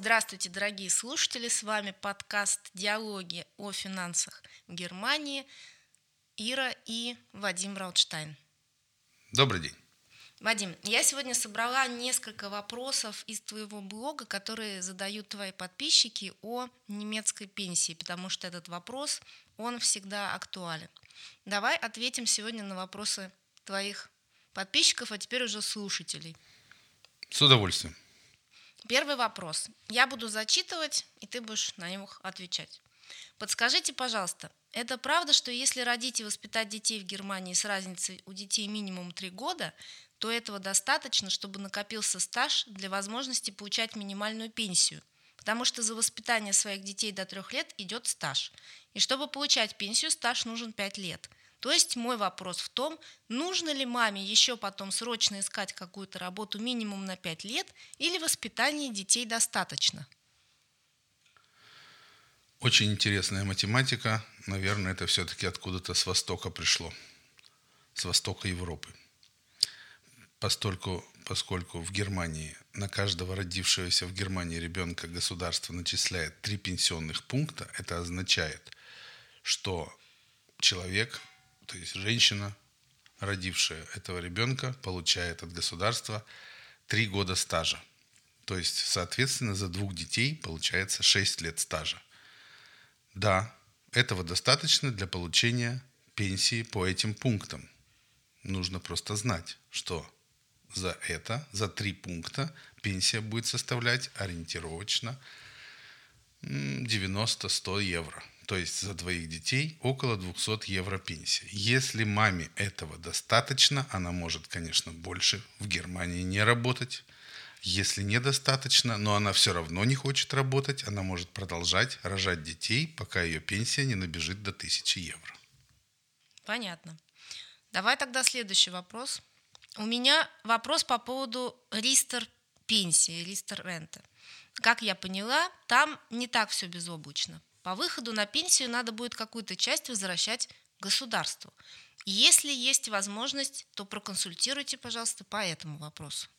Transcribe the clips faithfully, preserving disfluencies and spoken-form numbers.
Здравствуйте, дорогие слушатели! С вами подкаст «Диалоги о финансах в Германии». Ира и Вадим Раутштайн. Добрый день. Вадим, я сегодня собрала несколько вопросов из твоего блога, которые задают твои подписчики о немецкой пенсии, потому что этот вопрос, он всегда актуален. Давай ответим сегодня на вопросы твоих подписчиков, а теперь уже слушателей. С удовольствием. Первый вопрос. Я буду зачитывать, и ты будешь на них отвечать. Подскажите, пожалуйста, это правда, что если родить и воспитать детей в Германии с разницей у детей минимум три года, то этого достаточно, чтобы накопился стаж для возможности получать минимальную пенсию? Потому что за воспитание своих детей до трех лет идет стаж. И чтобы получать пенсию, стаж нужен пять лет. То есть мой вопрос в том, нужно ли маме еще потом срочно искать какую-то работу минимум на пять лет или воспитания детей достаточно? Очень интересная математика. Наверное, это все-таки откуда-то с Востока пришло. С Востока Европы. Постольку, поскольку в Германии на каждого родившегося в Германии ребенка государство начисляет три пенсионных пункта, это означает, что человек, то есть женщина, родившая этого ребенка, получает от государства три года стажа. То есть, соответственно, за двух детей получается шесть лет стажа. Да, этого достаточно для получения пенсии по этим пунктам. Нужно просто знать, что за это, за три пункта пенсия будет составлять ориентировочно девяносто-сто евро. То есть за двоих детей около двести евро пенсия. Если маме этого достаточно, она может, конечно, больше в Германии не работать. Если недостаточно, но она все равно не хочет работать, она может продолжать рожать детей, пока ее пенсия не набежит до тысячи евро. Понятно. Давай тогда следующий вопрос. У меня вопрос по поводу ристер пенсии, ристер ренты. Как я поняла, там не так все безоблачно. По выходу на пенсию надо будет какую-то часть возвращать государству. Если есть возможность, то проконсультируйте, пожалуйста, по этому вопросу.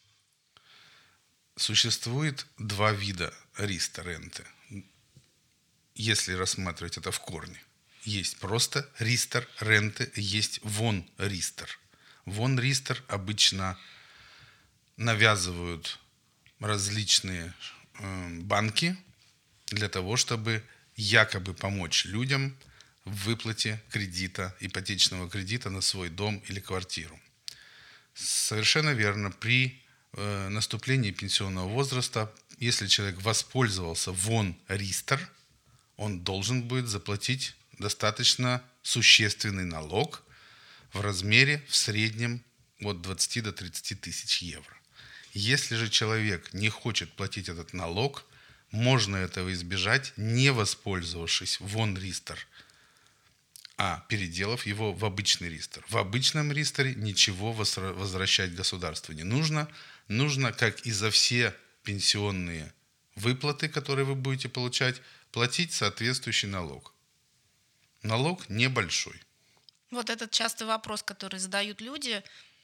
Существует два вида ристер-ренты, если рассматривать это в корне. Есть просто ристер-ренты, есть вон-ристер. Вон-ристер обычно навязывают различные э, банки для того, чтобы якобы помочь людям в выплате кредита, ипотечного кредита на свой дом или квартиру. Совершенно верно, при э, наступлении пенсионного возраста, если человек воспользовался вон-ристер, он должен будет заплатить достаточно существенный налог в размере в среднем от двадцати до тридцати тысяч евро. Если же человек не хочет платить этот налог, можно этого избежать, не воспользовавшись вон-ристер, а переделав его в обычный ристер. В обычном ристере ничего возвращать государству не нужно. Нужно, как и за все пенсионные выплаты, которые вы будете получать, платить соответствующий налог. Налог небольшой. Вот этот частый вопрос, который задают люди,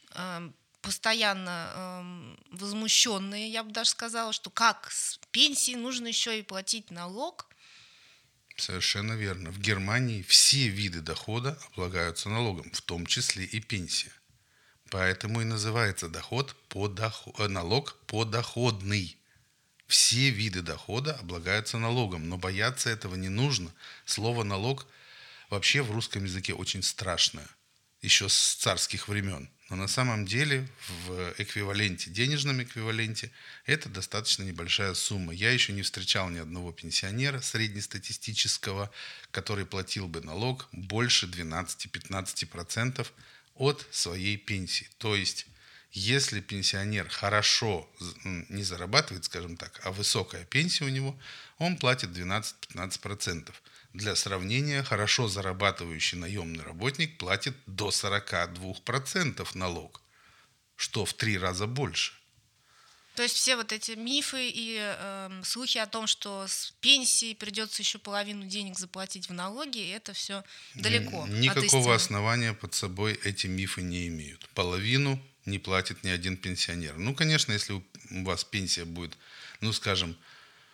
постоянно возмущенные, я бы даже сказала, что как с пенсии нужно еще и платить налог. Совершенно верно. В Германии все виды дохода облагаются налогом, в том числе и пенсия. Поэтому и называется доход по доход, налог подоходный. Все виды дохода облагаются налогом, но бояться этого не нужно. Слово «налог» вообще в русском языке очень страшное, еще с царских времен. Но на самом деле в эквиваленте, денежном эквиваленте, это достаточно небольшая сумма. Я еще не встречал ни одного пенсионера среднестатистического, который платил бы налог больше двенадцать-пятнадцать процентов от своей пенсии. То есть, если пенсионер хорошо не зарабатывает, скажем так, а высокая пенсия у него, он платит двенадцать-пятнадцать процентов. Для сравнения, хорошо зарабатывающий наемный работник платит до сорок два процента налог, что в три раза больше. То есть все вот эти мифы и э, слухи о том, что с пенсии придется еще половину денег заплатить в налоги, это все далеко Никакого от истины. основания под собой эти мифы не имеют. Половину не платит ни один пенсионер. Ну, конечно, если у вас пенсия будет, ну, скажем,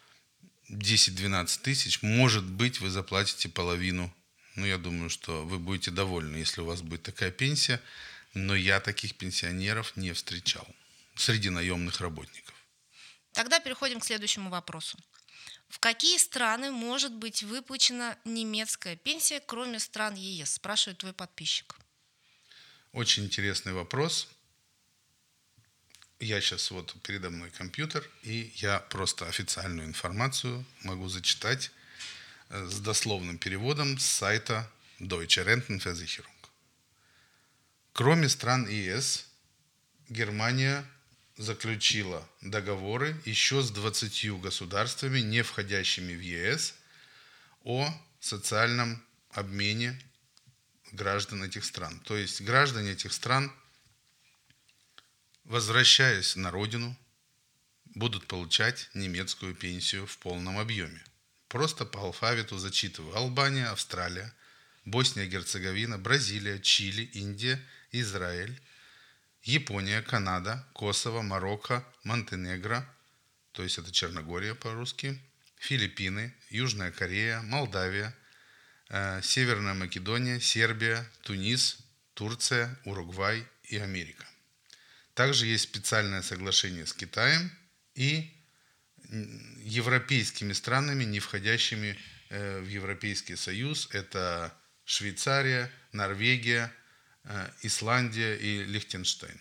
десять-двенадцать тысяч, может быть, вы заплатите половину. Ну, я думаю, что вы будете довольны, если у вас будет такая пенсия. Но я таких пенсионеров не встречал среди наемных работников. Тогда переходим к следующему вопросу. В какие страны может быть выплачена немецкая пенсия, кроме стран ЕС? Спрашивает твой подписчик. Очень интересный вопрос. Я сейчас вот передо мной компьютер, и я просто официальную информацию могу зачитать с дословным переводом с сайта Deutsche Rentenversicherung. Кроме стран ЕС, Германия заключила договоры еще с двадцатью государствами, не входящими в ЕС, о социальном обмене граждан этих стран. То есть граждане этих стран, возвращаясь на родину, будут получать немецкую пенсию в полном объеме. Просто по алфавиту зачитываю. Албания, Австралия, Босния и Герцеговина, Бразилия, Чили, Индия, Израиль, Япония, Канада, Косово, Марокко, Монтенегро, то есть это Черногория по-русски, Филиппины, Южная Корея, Молдавия, э, Северная Македония, Сербия, Тунис, Турция, Уругвай и Америка. Также есть специальное соглашение с Китаем и европейскими странами, не входящими э, в Европейский Союз. Это Швейцария, Норвегия, Исландия и Лихтенштейн.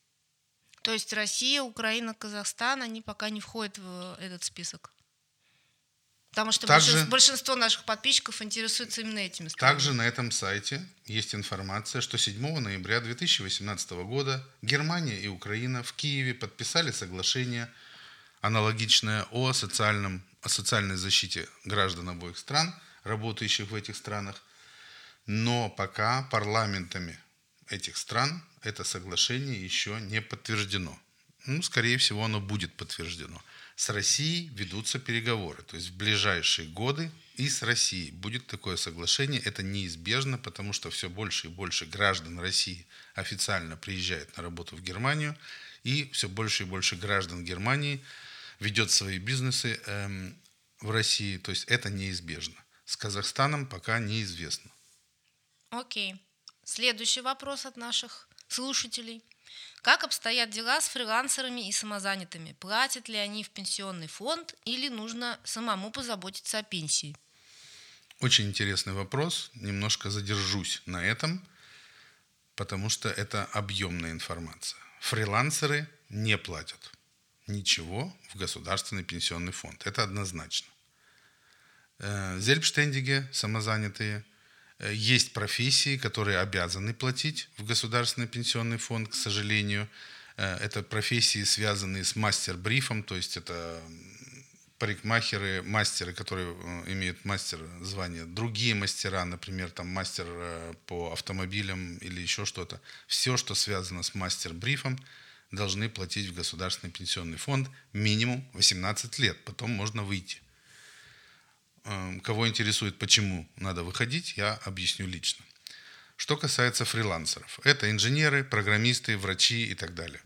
То есть Россия, Украина, Казахстан, они пока не входят в этот список? Потому что также, большинство, большинство наших подписчиков интересуется именно этими странами. Также на этом сайте есть информация, что седьмого ноября две тысячи восемнадцатого года Германия и Украина в Киеве подписали соглашение аналогичное о, социальном, о социальной защите граждан обоих стран, работающих в этих странах. Но пока парламентами этих стран это соглашение еще не подтверждено. Ну, скорее всего, оно будет подтверждено. С Россией ведутся переговоры. То есть в ближайшие годы и с Россией будет такое соглашение. Это неизбежно, потому что все больше и больше граждан России официально приезжает на работу в Германию. И все больше и больше граждан Германии ведет свои бизнесы эм, в России. То есть это неизбежно. С Казахстаном пока неизвестно. Окей. Следующий вопрос от наших слушателей. Как обстоят дела с фрилансерами и самозанятыми? Платят ли они в пенсионный фонд или нужно самому позаботиться о пенсии? Очень интересный вопрос. Немножко задержусь на этом, потому что это объемная информация. Фрилансеры не платят ничего в государственный пенсионный фонд. Это однозначно. Зельбштендиге, самозанятые, есть профессии, которые обязаны платить в государственный пенсионный фонд, к сожалению. Это профессии, связанные с мастер-брифом, то есть это парикмахеры, мастеры, которые имеют мастер звание, другие мастера, например, там мастер по автомобилям или еще что-то. Все, что связано с мастер-брифом, должны платить в государственный пенсионный фонд минимум восемнадцать лет, потом можно выйти. Кого интересует, почему надо выходить, я объясню лично. Что касается фрилансеров, это инженеры, программисты, врачи и так далее.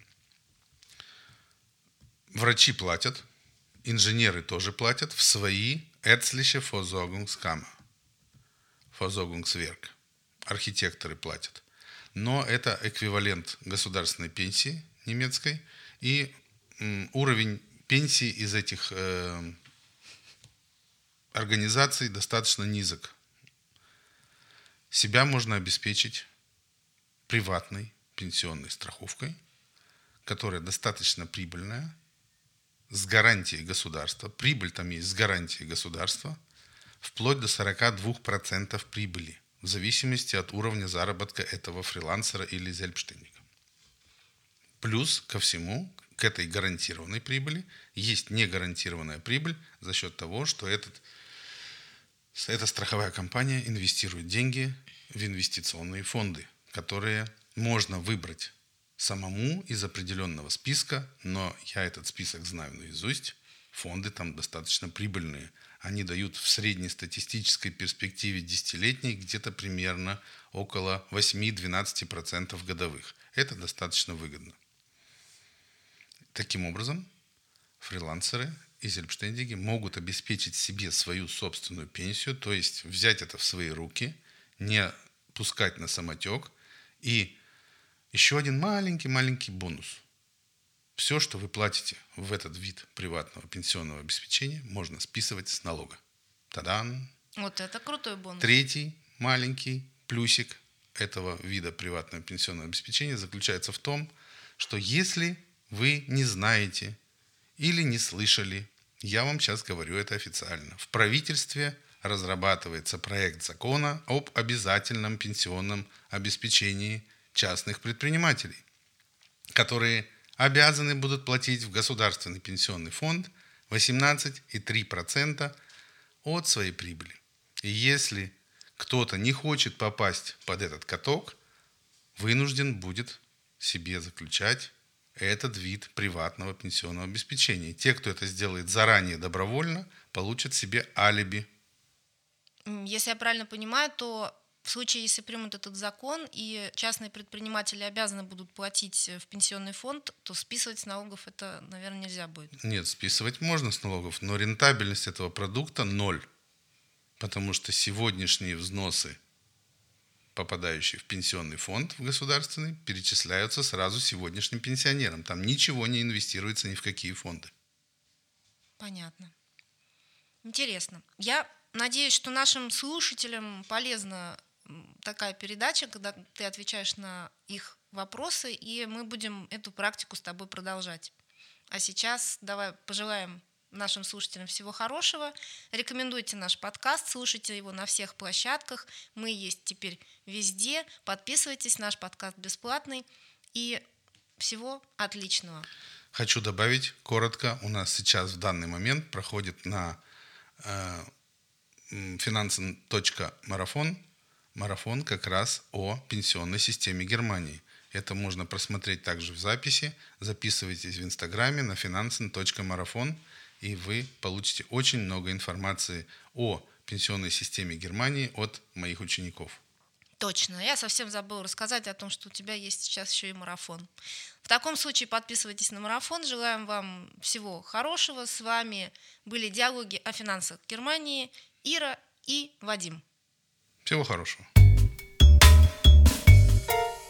Врачи платят, инженеры тоже платят в свои ärztliche Versorgungskammer, Versorgungswerk. Архитекторы платят. Но это эквивалент государственной пенсии немецкой, и уровень пенсии из этих э, организаций достаточно низок. Себя можно обеспечить приватной пенсионной страховкой, которая достаточно прибыльная, с гарантией государства. Прибыль там есть с гарантией государства, вплоть до сорок два процента прибыли, в зависимости от уровня заработка этого фрилансера или зельбштендика. Плюс ко всему, к этой гарантированной прибыли, есть негарантированная прибыль за счет того, что этот Эта страховая компания инвестирует деньги в инвестиционные фонды, которые можно выбрать самому из определенного списка, но я этот список знаю наизусть. Фонды там достаточно прибыльные. Они дают в среднестатистической перспективе десятилетней где-то примерно около восемь-двенадцать процентов годовых. Это достаточно выгодно. Таким образом, фрилансеры и Зельбштендиги могут обеспечить себе свою собственную пенсию, то есть взять это в свои руки, не пускать на самотек. И еще один маленький-маленький бонус. Все, что вы платите в этот вид приватного пенсионного обеспечения, можно списывать с налога. Та-дан! Вот это крутой бонус. Третий маленький плюсик этого вида приватного пенсионного обеспечения заключается в том, что если вы не знаете или не слышали, я вам сейчас говорю это официально, в правительстве разрабатывается проект закона об обязательном пенсионном обеспечении частных предпринимателей, которые обязаны будут платить в Государственный пенсионный фонд восемнадцать целых три десятых процента от своей прибыли. И если кто-то не хочет попасть под этот каток, вынужден будет себе заключать этот вид приватного пенсионного обеспечения. Те, кто это сделает заранее добровольно, получат себе алиби. Если я правильно понимаю, то в случае, если примут этот закон и частные предприниматели обязаны будут платить в пенсионный фонд, то списывать с налогов это, наверное, нельзя будет. Нет, списывать можно с налогов, но рентабельность этого продукта ноль. Потому что сегодняшние взносы, попадающие в пенсионный фонд, в государственный, перечисляются сразу сегодняшним пенсионерам. Там ничего не инвестируется ни в какие фонды. Понятно. Интересно. Я надеюсь, что нашим слушателям полезна такая передача, когда ты отвечаешь на их вопросы, и мы будем эту практику с тобой продолжать. А сейчас давай пожелаем нашим слушателям всего хорошего. Рекомендуйте наш подкаст, слушайте его на всех площадках. Мы есть теперь везде. Подписывайтесь, наш подкаст бесплатный. И всего отличного. Хочу добавить коротко. У нас сейчас в данный момент проходит на э, финансы точка марафон марафон как раз о пенсионной системе Германии. Это можно просмотреть также в записи. Записывайтесь в Инстаграме на финансы точка марафон, и вы получите очень много информации о пенсионной системе Германии от моих учеников. Точно. Я совсем забыла рассказать о том, что у тебя есть сейчас еще и марафон. В таком случае подписывайтесь на марафон. Желаем вам всего хорошего. С вами были диалоги о финансах Германии. Ира и Вадим. Всего хорошего.